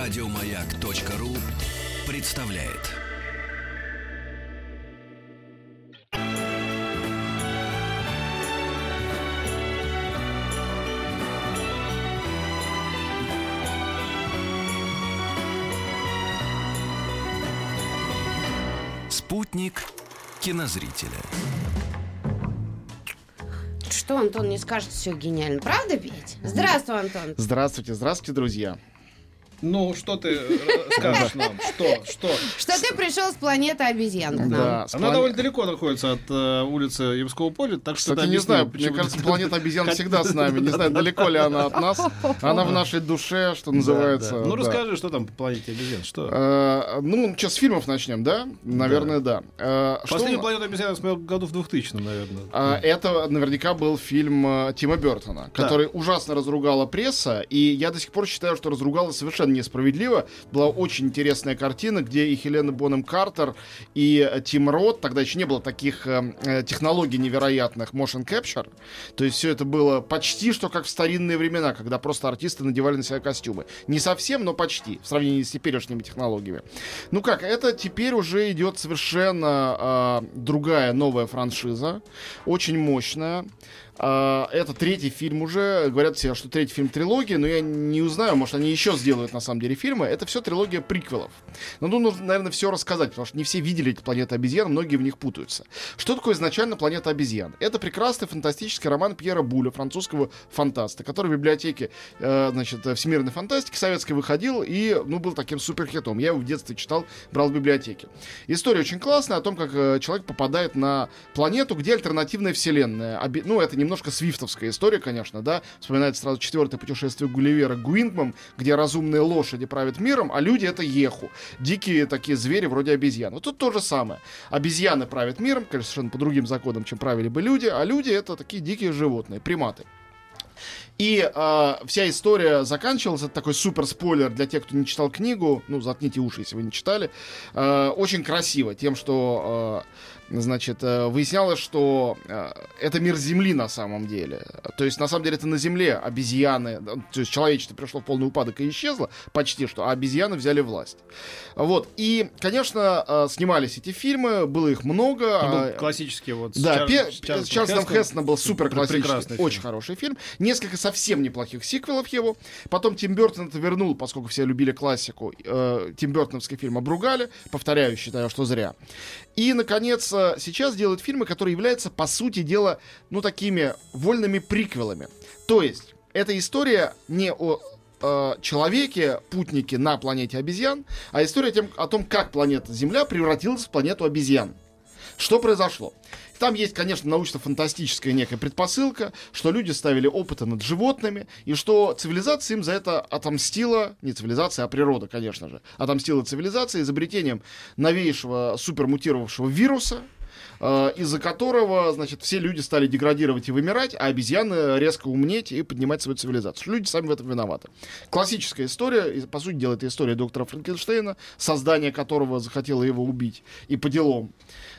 Радиомаяк.ру представляет. Спутник кинозрителя. Что, Антон, не скажет, все гениально. Правда, Петь? Здравствуй, Антон. Здравствуйте, друзья. Ну, что ты скажешь нам? Что? Что ты пришел с планеты обезьян к нам. Да, Она довольно далеко находится от улицы Ямского поля, так что кстати, не знаю, мне кажется, планета обезьян всегда с нами. Не знаю, далеко ли она от нас. Она в нашей душе, что называется. Ну, расскажи, что там по планете обезьян? Что? Ну, сейчас с фильмов начнем, да? Наверное, да. Последнюю планету обезьян я смотрел году в 2000, наверное. Это наверняка был фильм Тима Бёртона, который ужасно разругала пресса, и я до сих пор считаю, что разругала совершенно несправедливо. Была очень интересная картина, где и Хелена Бонем Картер, и Тим Рот, тогда еще не было таких технологий невероятных, motion capture, то есть все это было почти что как в старинные времена, когда просто артисты надевали на себя костюмы. Не совсем, но почти, в сравнении с теперешними технологиями. Ну как, это теперь уже идет совершенно другая новая франшиза, очень мощная. Это третий фильм уже. Говорят все, что третий фильм трилогии, но я не узнаю, может, они еще сделают на самом деле фильмы. Это все трилогия приквелов. Но тут нужно, наверное, все рассказать, потому что не все видели эти «Планеты обезьян», многие в них путаются. Что такое изначально «Планета обезьян»? Это прекрасный фантастический роман Пьера Буля, французского фантаста, который в библиотеке, всемирной фантастики советской выходил и, был таким суперхитом. Я его в детстве читал, брал в библиотеке. История очень классная о том, как человек попадает на планету, где альтернативная вселенная. Это немножко свифтовская история, конечно, да. Вспоминается сразу 4-е путешествие Гулливера к Гуингмам, где разумные лошади правят миром, а люди — это еху. Дикие такие звери вроде обезьян. Вот тут то же самое. Обезьяны правят миром, конечно, совершенно по другим законам, чем правили бы люди, а люди — это такие дикие животные, приматы. И вся история заканчивалась, это такой супер-спойлер для тех, кто не читал книгу, заткните уши, если вы не читали, очень красиво тем, что... выяснялось, что это мир Земли на самом деле. То есть, на самом деле, это на Земле обезьяны, то есть человечество пришло в полный упадок и исчезло почти что, а обезьяны взяли власть. Вот. И, конечно, снимались эти фильмы, было их много. Классический с Чарльзом Хестоном был супер классический, очень фильм. хороший фильм. Несколько совсем неплохих сиквелов его. Потом Тим Бёртон это вернул, поскольку все любили классику. Тим Бёртоновский фильм обругали. Повторяю, считаю, что зря. И, наконец, сейчас делают фильмы, которые являются, по сути дела, такими вольными приквелами. То есть, эта история не о человеке, путнике на планете обезьян, а история о том, как планета Земля превратилась в планету обезьян. Что произошло? Там есть, конечно, научно-фантастическая некая предпосылка, что люди ставили опыты над животными, и что цивилизация им за это отомстила, не цивилизация, а природа, конечно же, отомстила цивилизации изобретением новейшего супермутировавшего вируса, из-за которого, все люди стали деградировать и вымирать, а обезьяны резко умнеть и поднимать свою цивилизацию. Люди сами в этом виноваты. Классическая история, и, по сути дела, это история доктора Франкенштейна, создание которого захотело его убить, и по делам.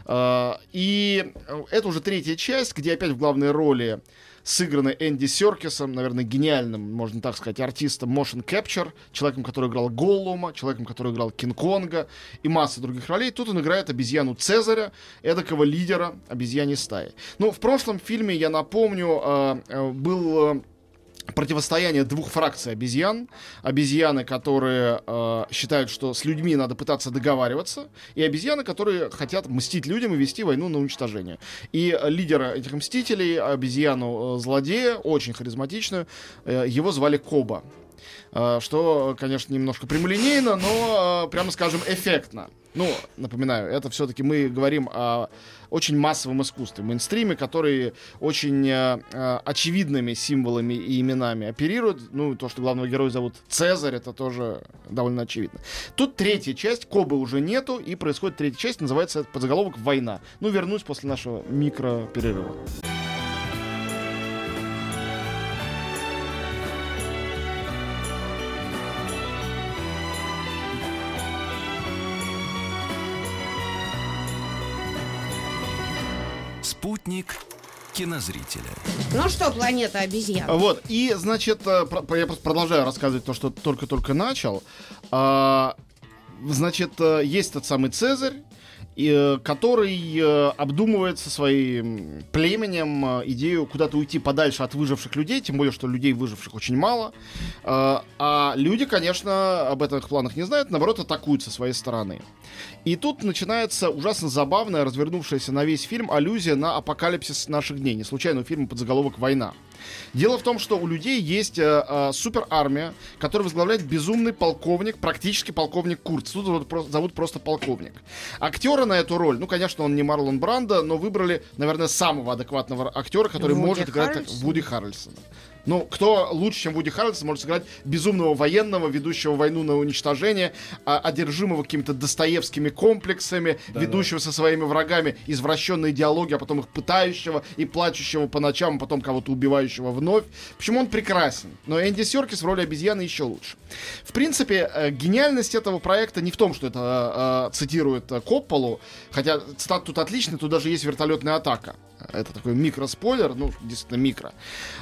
И это уже третья часть, где опять в главной роли сыграны Энди Серкисом, наверное, гениальным, можно так сказать, артистом motion capture, человеком, который играл Голлума, человеком, который играл Кинг-Конга и масса других ролей. Тут он играет обезьяну Цезаря, эдакого лидера обезьяньей стаи. В прошлом фильме, я напомню, был противостояние двух фракций обезьян. Обезьяны, которые считают, что с людьми надо пытаться договариваться, и обезьяны, которые хотят мстить людям и вести войну на уничтожение. И лидера этих мстителей, обезьяну-злодея, очень харизматичную, его звали Коба. Что, конечно, немножко прямолинейно, но, прямо скажем, эффектно. Напоминаю, это все-таки мы говорим о очень массовом искусстве, мейнстриме, который очень очевидными символами и именами оперирует. То, что главного героя зовут Цезарь, это тоже довольно очевидно. Тут третья часть, Кобы уже нету, и происходит третья часть, называется подзаголовок «Война». Вернусь после нашего микроперерыва. Спутник кинозрителя. Ну что, планета обезьян? Вот, и, значит, я просто продолжаю рассказывать то, что только-только начал. Значит, есть тот самый Цезарь, который обдумывает со своим племенем идею куда-то уйти подальше от выживших людей, тем более, что людей выживших очень мало. А люди, конечно, об этих планах не знают, наоборот, атакуют со своей стороны. И тут начинается ужасно забавная, развернувшаяся на весь фильм аллюзия на апокалипсис наших дней. Не случайно у фильма под заголовок «Война». Дело в том, что у людей есть суперармия, которую возглавляет безумный полковник, практически полковник Курц. Тут его зовут просто полковник. Актера на эту роль, ну, конечно, он не Марлон Брандо, но выбрали, наверное, самого адекватного актера, который может играть Вуди Харрельсона. Ну, кто лучше, чем Вуди Харрельсон, может сыграть безумного военного, ведущего войну на уничтожение, одержимого какими-то достоевскими комплексами, ведущего со своими врагами извращенные диалоги, а потом их пытающего и плачущего по ночам, а потом кого-то убивающего вновь. Почему он прекрасен? Но Энди Серкис в роли обезьяны еще лучше. В принципе, гениальность этого проекта не в том, что это цитирует Копполу, хотя цитат тут отличный, тут даже есть вертолетная атака. Это такой микроспойлер, ну, действительно микро.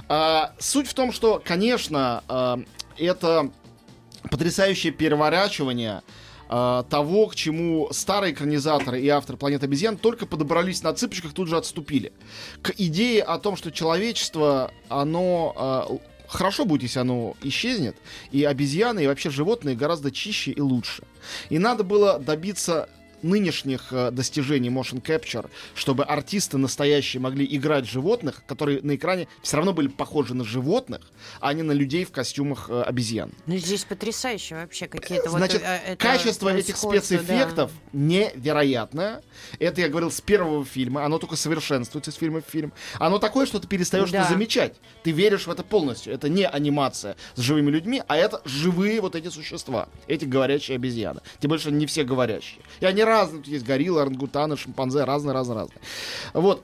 Суть в том, что, конечно, это потрясающее переворачивание того, к чему старые экранизаторы и автор «Планеты обезьян» только подобрались на цыпочках, тут же отступили. К идее о том, что человечество, оно... Хорошо будет, если оно исчезнет, и обезьяны, и вообще животные гораздо чище и лучше. И надо было добиться нынешних достижений motion capture, чтобы артисты настоящие могли играть животных, которые на экране все равно были похожи на животных, а не на людей в костюмах обезьян. Ну, здесь потрясающе вообще какие-то... Значит, качество этих спецэффектов невероятное. Это я говорил с первого фильма. Оно только совершенствуется из фильма в фильм. Оно такое, что ты перестаешь это замечать. Ты веришь в это полностью. Это не анимация с живыми людьми, а это живые вот эти существа. Эти говорящие обезьяны. Тем более, что не все говорящие. И они разные. Тут есть гориллы, орангутаны, шимпанзе. Разные. Вот.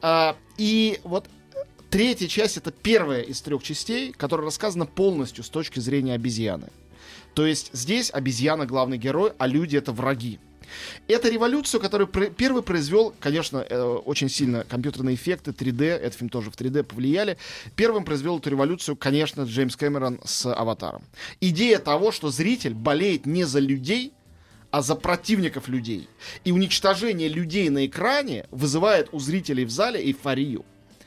И вот третья часть — это первая из 3 частей, которая рассказана полностью с точки зрения обезьяны. То есть здесь обезьяна главный герой, а люди — это враги. Это революцию, которую первый произвел, конечно, очень сильно компьютерные эффекты, 3D, этот фильм тоже в 3D повлияли. Первым произвел эту революцию, конечно, Джеймс Кэмерон с «Аватаром». Идея того, что зритель болеет не за людей, а за противников людей. И уничтожение людей на экране вызывает у зрителей в зале эйфорию.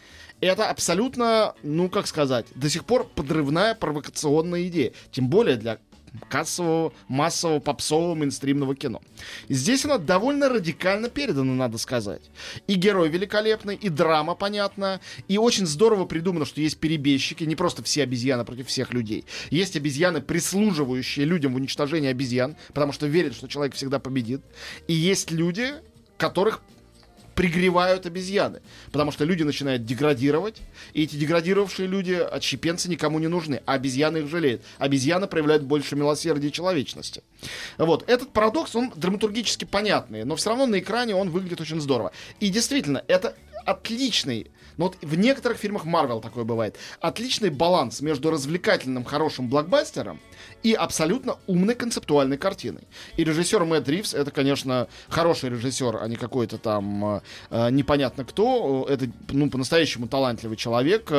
Это абсолютно, ну, как сказать, до сих пор подрывная провокационная идея. Тем более для кассового, массового, попсового, мейнстримного кино. И здесь она довольно радикально передана, надо сказать. И герой великолепный, и драма понятная, и очень здорово придумано, что есть перебежчики, не просто все обезьяны против всех людей. Есть обезьяны, прислуживающие людям в уничтожении обезьян, потому что верят, что человек всегда победит. И есть люди, которых пригревают обезьяны, потому что люди начинают деградировать, и эти деградировавшие люди, отщепенцы, никому не нужны, а обезьяны их жалеют. Обезьяны проявляют больше милосердия и человечности. Вот. Этот парадокс, он драматургически понятный, но все равно на экране он выглядит очень здорово. И действительно, это отличный, но вот в некоторых фильмах Marvel такое бывает, отличный баланс между развлекательным, хорошим блокбастером и абсолютно умной концептуальной картиной. И режиссер Мэтт Ривз — это, конечно, хороший режиссер, а не какой-то там непонятно кто. Это, ну, по-настоящему талантливый человек,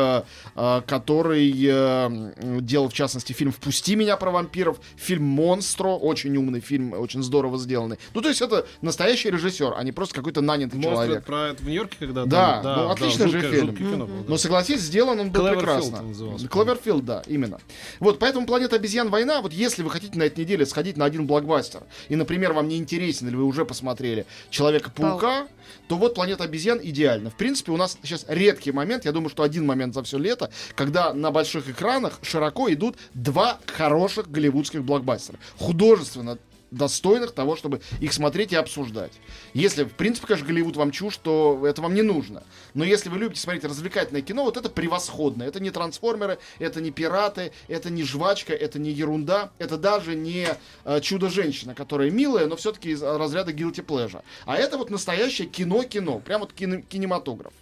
который делал, в частности, фильм «Впусти меня» про вампиров, фильм «Монстро», очень умный фильм, очень здорово сделанный. Ну, то есть это настоящий режиссер, а не просто какой-то нанятый человек. Про это в Нью-Йорке когда-то? Да, ну, отличный же фильм. Кино был, да. Но, согласись, сделан он был прекрасно. Кловерфилд, да, именно. Вот, поэтому «Планета обезьян. Война», вот если вы хотите на этой неделе сходить на один блокбастер, и, например, вам не интересен, или вы уже посмотрели «Человека-паука», то вот «Планета обезьян» идеально. В принципе, у нас сейчас редкий момент, я думаю, что один момент за все лето, когда на больших экранах широко идут 2 хороших голливудских блокбастера. Художественно достойных того, чтобы их смотреть и обсуждать. Если, в принципе, конечно, Голливуд вам чушь, то это вам не нужно. Но если вы любите смотреть развлекательное кино, вот это превосходно. Это не «Трансформеры», это не «Пираты», это не жвачка, это не ерунда, это даже не «Чудо-женщина», которая милая, но все-таки из разряда guilty pleasure. А это вот настоящее кино-кино, прям вот кинематограф.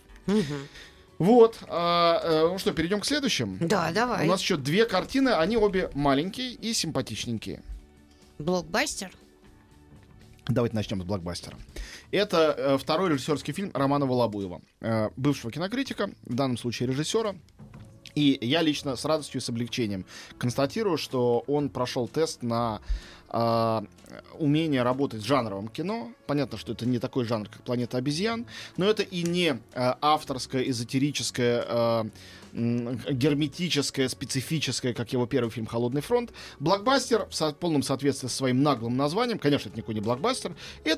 Вот. Ну что, перейдем к следующим? Да, давай. У нас еще 2 картины, они обе маленькие и симпатичненькие. Блокбастер? Давайте начнем с блокбастера. Это второй режиссерский фильм Романа Волобуева, бывшего кинокритика, в данном случае режиссера. И я лично с радостью и с облегчением констатирую, что он прошел тест на умение работать с жанровым кино. Понятно, что это не такой жанр, как «Планета обезьян», но это и не авторское, эзотерическое, герметическое, специфическое, как его первый фильм «Холодный фронт». Блокбастер в полном соответствии со своим наглым названием, конечно, это никакой не блокбастер,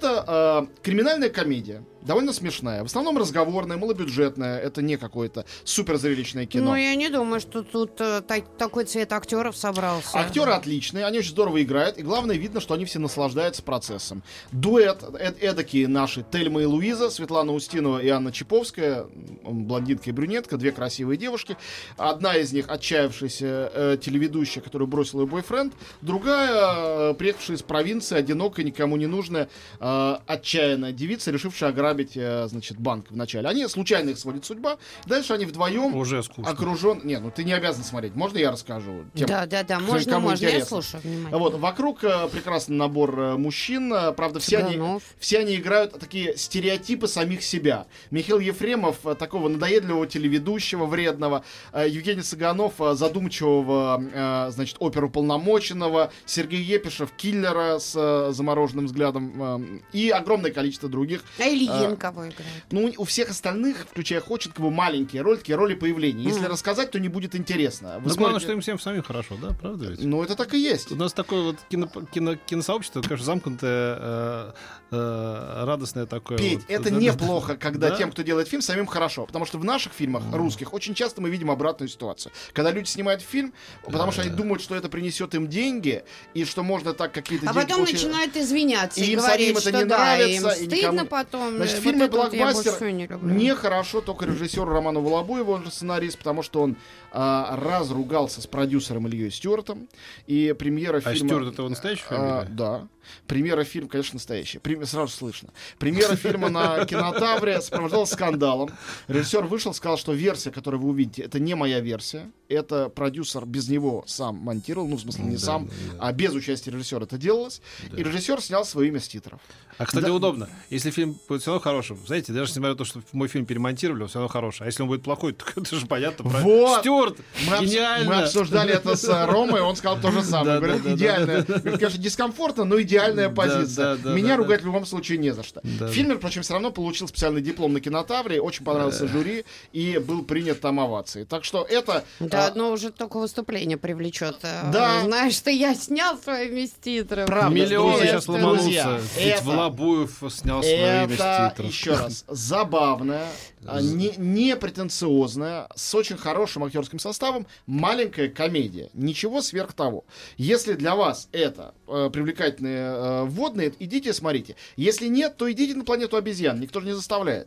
это криминальная комедия, довольно смешная, в основном разговорная, малобюджетная, это не какое-то суперзрелищное кино. Ну, я не думаю, что тут такой цвет актеров собрался. Актеры отличные, они очень здорово играют, и главное, видно, что они все наслаждаются процессом. Дуэт эдакие наши Тельма и Луиза, Светлана Устинова и Анна Чаповская, блондинка и брюнетка, две красивые девушки. Одна из них отчаявшаяся телеведущая, которую бросил ее бойфренд, другая приехавшая из провинции, одинокая, никому не нужная, отчаянная девица, решившая ограбить, значит, банк вначале. Они случайно их сводит судьба, дальше они вдвоем Уже скучно. окружен. Не, ну ты не обязан смотреть. Можно я расскажу? Да, можно, кому можно. Я интересно. слушаю внимательно. Вот, вокруг прекрасный набор мужчин. Правда, все они играют такие стереотипы самих себя. Михаил Ефремов, такого надоедливого телеведущего, вредного. Евгений Цыганов, задумчивого, значит, оперуполномоченного. Сергей Епишев, киллера с замороженным взглядом. И огромное количество других. А Ильин кого играет? Ну, у всех остальных, включая Ходченкова, маленькие ролики, такие роли появления. Если рассказать, то не будет интересно. Но главное, что им всем самим хорошо, да? Правда ведь? Ну, это так и есть. У нас такое вот киносообщество, конечно, замкнутое, радостное такое. Петь, вот. это неплохо, когда Да? тем, кто делает фильм, самим хорошо. Потому что в наших фильмах, русских, очень часто мы видим обратную ситуацию. Когда люди снимают фильм, потому что они думают, что это принесет им деньги, и что можно так какие-то А деньги потом получить. начинают извиняться И и им говорить, самим это что не да, нравится, им и стыдно никому- потом. Значит, Вот фильмы это вот я больше блокбастер всего не люблю. нехорошо только режиссеру Роману Волобуеву, он же сценарист, потому что он разругался с продюсером Ильей Стюартом, и премьера А фильма... Стюарт — это его настоящая фамилия? Да. Премьера фильма, конечно, настоящая. Сразу слышно. Премьера фильма на Кинотавре сопровождалась скандалом. Режиссер вышел, сказал, что версия, которую вы увидите, это не моя версия. Это продюсер без него сам монтировал. Ну, в смысле, не сам, а без участия режиссера это делалось. И режиссер снял свое имя с титров. А, кстати, Да. удобно. Если фильм будет все равно хорошим, знаете, даже несмотря на то, что мой фильм перемонтировали, он все равно хороший. А если он будет плохой, то это же понятно. Вот! Стюарт! Мы Гениально! обсуждали это с Ромой, он сказал то же самое. Да, Говорит, да, да, идеальная. Говорит, конечно, дискомфортно, но идеальная позиция. да, Меня да, ругать в любом случае не за что. Да. Фильм, впрочем, все равно получил специальный диплом на Кинотавре, очень понравился жюри и был принят там овацией. Так что это... Да, одно уже только выступление привлечет. Да. Знаешь, что я снял своими титрами. Правда, Миллионы друзья, сейчас друзья, ломанутся. Ведь это- Волобуев снял свое имя с Это, титров. еще раз, забавная, не претенциозная, с очень хорошим актерским составом, маленькая комедия. Ничего сверх того. Если для вас это привлекательные вводные, идите смотрите. Если нет, то идите на «Планету обезьян». Никто же не заставляет.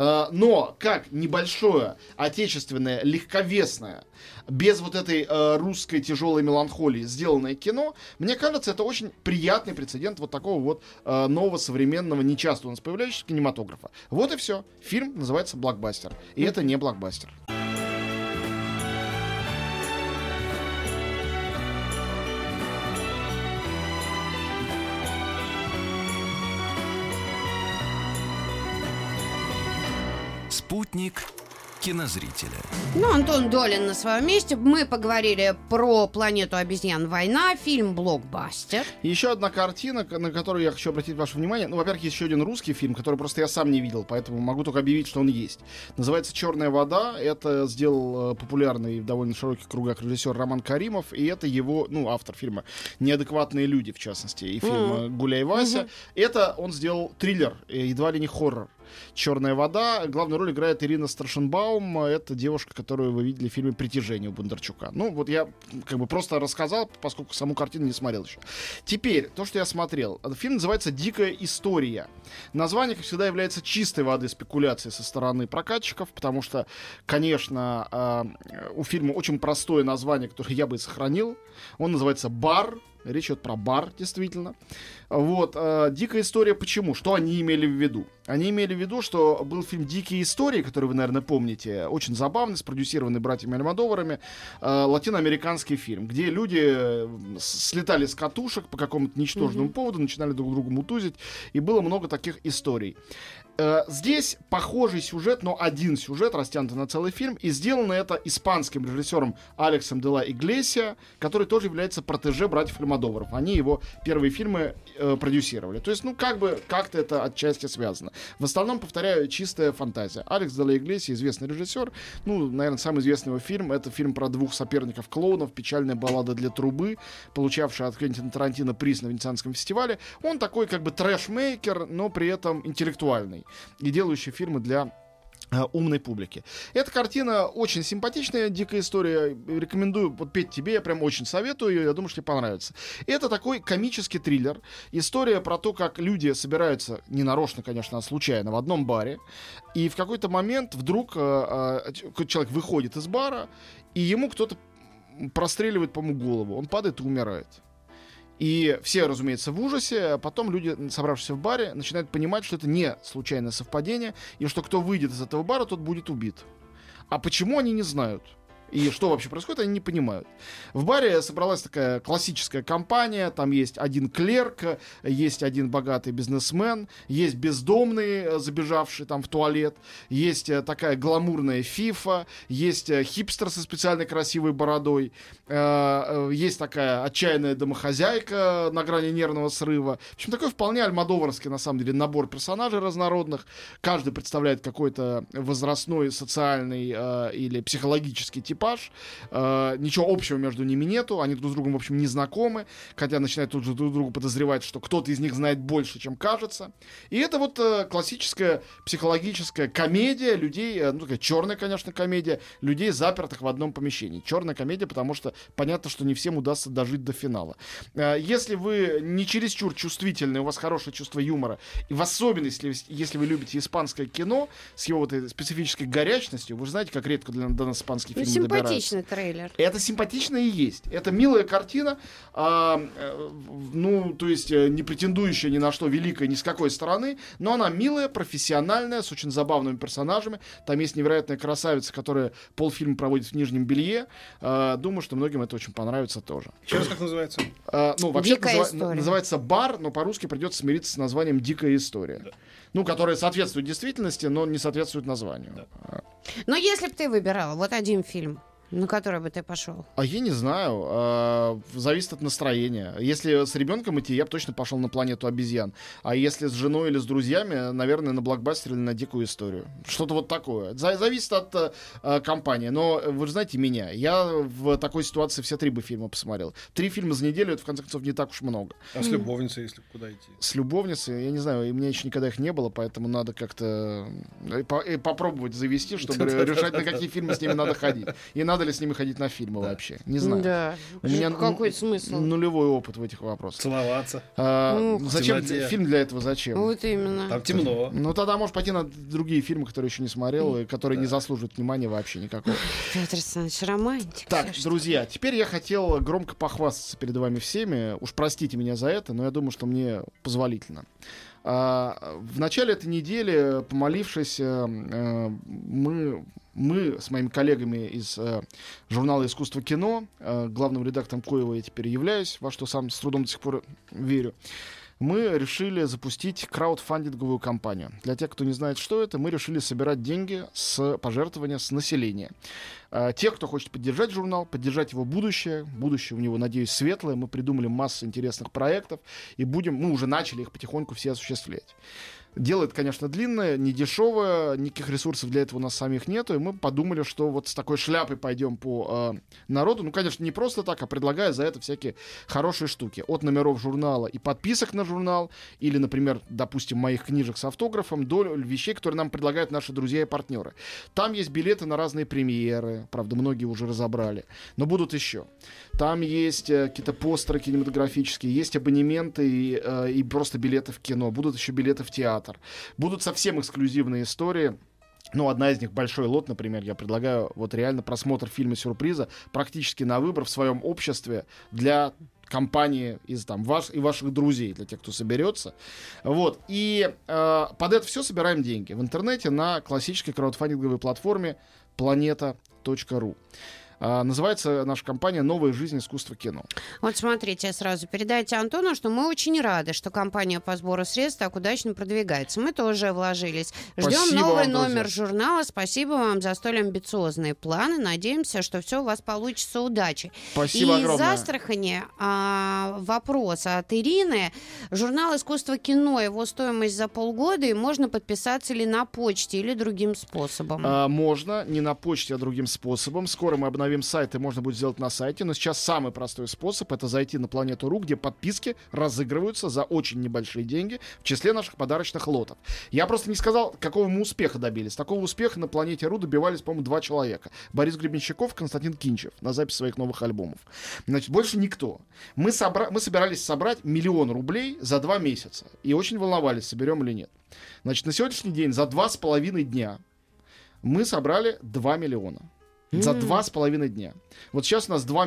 Но как небольшое, отечественное, легковесное, без вот этой русской тяжелой меланхолии сделанное кино, мне кажется, это очень приятный прецедент вот такого вот нового, современного, нечасто у нас появляющегося кинематографа. Вот и все. Фильм называется «Блокбастер». И это не блокбастер. Спутник кинозрителя. Ну, Антон Долин на своем месте. Мы поговорили про «Планету обезьян. Война», фильм «Блокбастер». И еще одна картина, на которую я хочу обратить ваше внимание. Ну, во-первых, есть еще один русский фильм, который просто я сам не видел, поэтому могу только объявить, что он есть. Называется «Черная вода». Это сделал популярный в довольно широких кругах режиссер Роман Каримов, и это его, ну, автор фильма «Неадекватные люди», в частности, и фильма «Гуляй, Вася». Это он сделал триллер, едва ли не хоррор. «Черная вода». Главную роль играет Ирина Старшенбаум. Это девушка, которую вы видели в фильме «Притяжение» у Бондарчука. Ну, вот я как бы просто рассказал, поскольку саму картину не смотрел еще. Теперь, то, что я смотрел. Фильм называется «Дикая история». Название, как всегда, является чистой воды спекуляцией со стороны прокатчиков, потому что, конечно, у фильма очень простое название, которое я бы и сохранил. Он называется «Бар». Речь идет про бар, действительно. Вот. «Дикая история» почему? Что они имели в виду? Они имели в виду, что был фильм «Дикие истории», который вы, наверное, помните, очень забавный, спродюсированный братьями Альмодоварами, латиноамериканский фильм, где люди слетали с катушек по какому-то ничтожному поводу, начинали друг друга мутузить, и было много таких историй. Здесь похожий сюжет, но один сюжет, растянутый на целый фильм, и сделано это испанским режиссером Алексом де ла Иглесия, который тоже является протеже братьев Альмодоваров. Они его первые фильмы продюсировали. То есть, как-то это отчасти связано. В основном, повторяю, чистая фантазия. Алекс де ла Иглесия, известный режиссер, наверное, самый известный его фильм, это фильм про двух соперников-клоунов, «Печальная баллада для трубы», получавший от Квентина Тарантино приз на Венецианском фестивале. Он такой как бы трэш-мейкер, но при этом интеллектуальный и делающий фильмы для умной публики. Эта картина очень симпатичная, «Дикая история». Рекомендую, вот, Петь, тебе я прям очень советую ее, я думаю, что тебе понравится. Это такой комический триллер. История про то, как люди собираются, не нарочно, конечно, а случайно, в одном баре, и в какой-то момент вдруг человек выходит из бара, и ему кто-то простреливает, по-моему, голову. Он падает и умирает. И все, разумеется, в ужасе. Потом люди, собравшиеся в баре, начинают понимать, что это не случайное совпадение, и что кто выйдет из этого бара, тот будет убит. А почему, они не знают. И что вообще происходит, они не понимают. В баре собралась такая классическая компания. Там есть один клерк, есть один богатый бизнесмен, есть бездомный, забежавший там в туалет, есть такая гламурная фифа, есть хипстер со специальной красивой бородой, есть такая отчаянная домохозяйка на грани нервного срыва. В общем, такой вполне альмодоварский, на самом деле, набор персонажей разнородных. Каждый представляет какой-то возрастной, социальный или психологический тип. Ничего общего между ними нету, они друг с другом, в общем, не знакомы, хотя начинают тут же друг друга подозревать, что кто-то из них знает больше, чем кажется. И это вот классическая психологическая комедия людей, такая черная, конечно, комедия, людей, запертых в одном помещении. Черная комедия, потому что понятно, что не всем удастся дожить до финала. Если вы не чересчур чувствительны, у вас хорошее чувство юмора, и в особенности, если вы любите испанское кино с его вот этой специфической горячностью, вы же знаете, как редко до нас испанские фильмы симпатичный трейлер. Это симпатично и есть. Это милая картина, то есть не претендующая ни на что великая ни с какой стороны, но она милая, профессиональная, с очень забавными персонажами. Там есть невероятная красавица, которая полфильма проводит в нижнем белье. Думаю, что многим это очень понравится тоже. Еще раз, как называется? Вообще называется «Бар», но по-русски придется смириться с названием «Дикая история». Которая соответствует действительности, но не соответствует названию. Да. Но если бы ты выбирала вот один фильм, на который бы ты пошел? А я не знаю. Зависит от настроения. Если с ребенком идти, я бы точно пошел на «Планету обезьян». А если с женой или с друзьями, наверное, на блокбастер или на «Дикую историю». Что-то вот такое. Зависит от компании. Но вы же знаете меня. Я в такой ситуации все 3 бы фильма посмотрел. 3 фильма за неделю, это, в конце концов, не так уж много. А с любовницей, если куда идти? С любовницей, я не знаю, у меня еще никогда их не было, поэтому надо как-то попробовать завести, чтобы решать, на какие фильмы с ними надо ходить. И надо ли с ними ходить на фильмы вообще. Не знаю. Да. У меня какой смысл? Нулевой опыт в этих вопросах. Целоваться. Зачем фильм для этого? Зачем? Вот именно. Там темно. Тогда можешь пойти на другие фильмы, которые еще не смотрел, и которые не заслуживают внимания вообще никакого. Петр Александрович, романтик. Так, друзья, теперь я хотел громко похвастаться перед вами всеми. Уж простите меня за это, но я думаю, что мне позволительно. В начале этой недели, помолившись, мы с моими коллегами из журнала «Искусство кино», главным редактором коего я теперь являюсь, во что сам с трудом до сих пор верю, мы решили запустить краудфандинговую кампанию. Для тех, кто не знает, что это, мы решили собирать деньги с пожертвования с населения. Тех, кто хочет поддержать журнал, поддержать его будущее у него, надеюсь, светлое. Мы придумали массу интересных проектов и мы уже начали их потихоньку все осуществлять. Дело это, конечно, длинное, не дешевое, никаких ресурсов для этого у нас самих нету, и мы подумали, что вот с такой шляпой пойдем по народу. Конечно, не просто так, а предлагая за это всякие хорошие штуки. От номеров журнала и подписок на журнал, или, например, допустим, моих книжек с автографом, до вещей, которые нам предлагают наши друзья и партнеры. Там есть билеты на разные премьеры, правда, многие уже разобрали, но будут еще. Там есть какие-то постеры кинематографические, есть абонементы и просто билеты в кино, будут еще билеты в театр. Будут совсем эксклюзивные истории. Одна из них, большой лот, например, я предлагаю вот реально просмотр фильма-сюрприза практически на выбор в своем обществе для компании из там вас и ваших друзей, для тех, кто соберется. Вот. И под это все собираем деньги в интернете на классической краудфандинговой платформе planeta.ru. Называется наша компания «Новая жизнь искусства кино». Вот смотрите, сразу передайте Антону, что мы очень рады, что компания по сбору средств так удачно продвигается. Мы тоже вложились. Ждем Спасибо новый вам, номер друзья. журнала. Спасибо вам за столь амбициозные планы. Надеемся, что все у вас получится удачей. Спасибо И огромное. из Астрахани вопрос от Ирины. Журнал «Искусство кино», его стоимость за полгода, и можно подписаться ли на почте или другим способом? Можно, не на почте, а другим способом. Скоро мы обновим сайт, и можно будет сделать на сайте. Но сейчас самый простой способ — это зайти на Planeta.ru, где подписки разыгрываются за очень небольшие деньги в числе наших подарочных лотов. Я просто не сказал, какого мы успеха добились. Такого успеха на Planeta.ru добивались, по-моему, 2 человека. Борис Гребенщиков и Константин Кинчев на запись своих новых альбомов. Значит, больше никто. Мы собирались собрать 1 000 000 рублей за 2 месяца. И очень волновались, соберем или нет. Значит, на сегодняшний день за 2,5 дня мы собрали 2 миллиона. За 2,5 дня. Вот сейчас у нас 2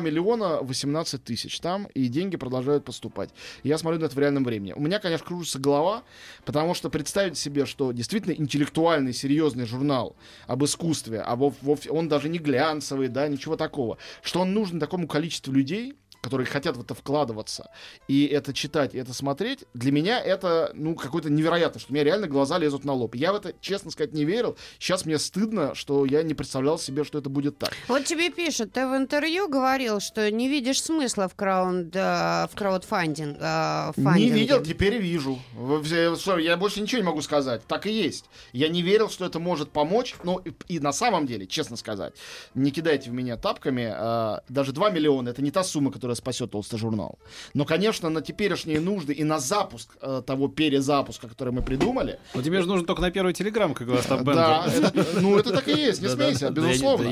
18 000 там, и деньги продолжают поступать. Я смотрю на это в реальном времени. У меня, конечно, кружится голова, потому что представить себе, что действительно интеллектуальный, серьезный журнал об искусстве, он даже не глянцевый, да, ничего такого, что он нужен такому количеству людей, которые хотят в это вкладываться, и это читать, и это смотреть, для меня это, какое-то невероятно, что у меня реально глаза лезут на лоб. Я в это, честно сказать, не верил. Сейчас мне стыдно, что я не представлял себе, что это будет так. Вот тебе пишут, ты в интервью говорил, что не видишь смысла в краудфандинге. Не видел, теперь вижу. Я больше ничего не могу сказать. Так и есть. Я не верил, что это может помочь. И на самом деле, честно сказать, не кидайте в меня тапками, даже 2 миллиона — это не та сумма, которая спасет толстый журнал. Но, конечно, на теперешние нужды и на запуск того перезапуска, который мы придумали... Но тебе же нужно только на первый телеграм, как говорил Остап Бендер. Да, это так и есть, не смейся, безусловно.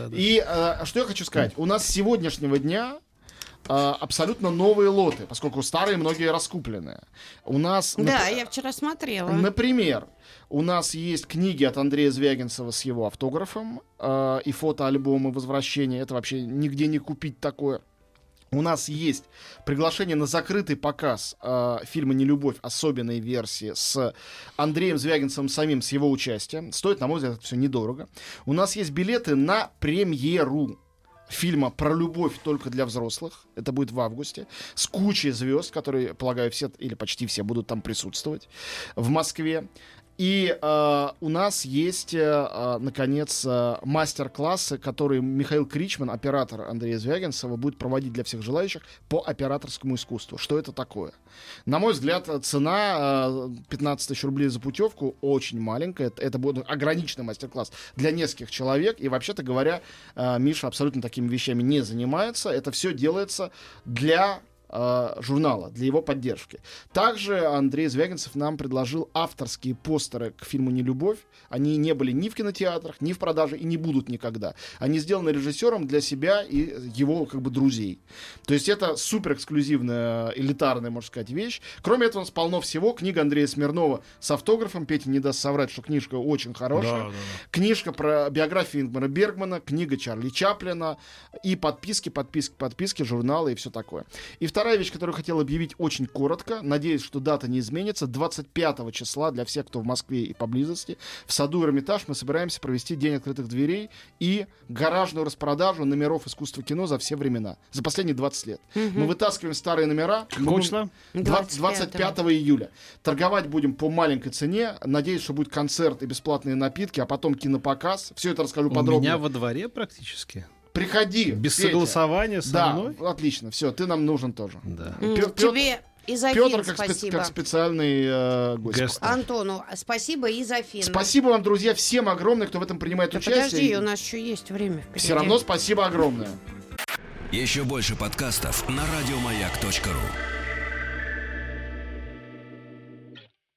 И что я хочу сказать. У нас с сегодняшнего дня абсолютно новые лоты, поскольку старые многие раскупленные. У нас... Да, я вчера смотрела. Например, у нас есть книги от Андрея Звягинцева с его автографом и фотоальбомы «Возвращение». Это вообще нигде не купить такое. У нас есть приглашение на закрытый показ фильма «Нелюбовь», особенной версии с Андреем Звягинцевым самим, с его участием. Стоит, на мой взгляд, это все недорого. У нас есть билеты на премьеру фильма про любовь только для взрослых. Это будет в августе. С кучей звезд, которые, полагаю, все или почти все будут там присутствовать в Москве. И у нас есть, наконец, мастер-классы, которые Михаил Кричман, оператор Андрея Звягинцева, будет проводить для всех желающих по операторскому искусству. Что это такое? На мой взгляд, цена 15 000 рублей за путевку очень маленькая. Это будет ограниченный мастер-класс для нескольких человек. И, вообще-то говоря, Миша абсолютно такими вещами не занимается. Это все делается для журнала, для его поддержки. Также Андрей Звягинцев нам предложил авторские постеры к фильму «Нелюбовь». Они не были ни в кинотеатрах, ни в продаже и не будут никогда. Они сделаны режиссером для себя и его друзей. То есть это супер эксклюзивная, элитарная, можно сказать, вещь. Кроме этого, у нас полно всего. Книга Андрея Смирнова с автографом. Петя не даст соврать, что книжка очень хорошая. Да. Книжка про биографию Ингмара Бергмана, книга Чарли Чаплина и подписки, журналы и все такое. И вторая вещь, которую хотел объявить очень коротко, надеюсь, что дата не изменится, 25 числа для всех, кто в Москве и поблизости, в саду Эрмитаж мы собираемся провести День открытых дверей и гаражную распродажу номеров искусства кино за все времена, за последние 20 лет. Мы вытаскиваем старые номера. Какого числа? 25 июля. Торговать будем по маленькой цене. Надеюсь, что будет концерт и бесплатные напитки, а потом кинопоказ. Все это расскажу подробно. У меня во дворе практически. Приходи. Без Петя. Согласования со мной? Да, отлично. Все, ты нам нужен тоже. Да. Тебе Изофин, Петр спасибо. как специальный гость. Антону спасибо, Изофин. Спасибо вам, друзья, всем огромное, кто в этом принимает участие. Подожди, у нас еще есть время впереди. Все равно спасибо огромное. Еще больше подкастов на радиомаяк.ру.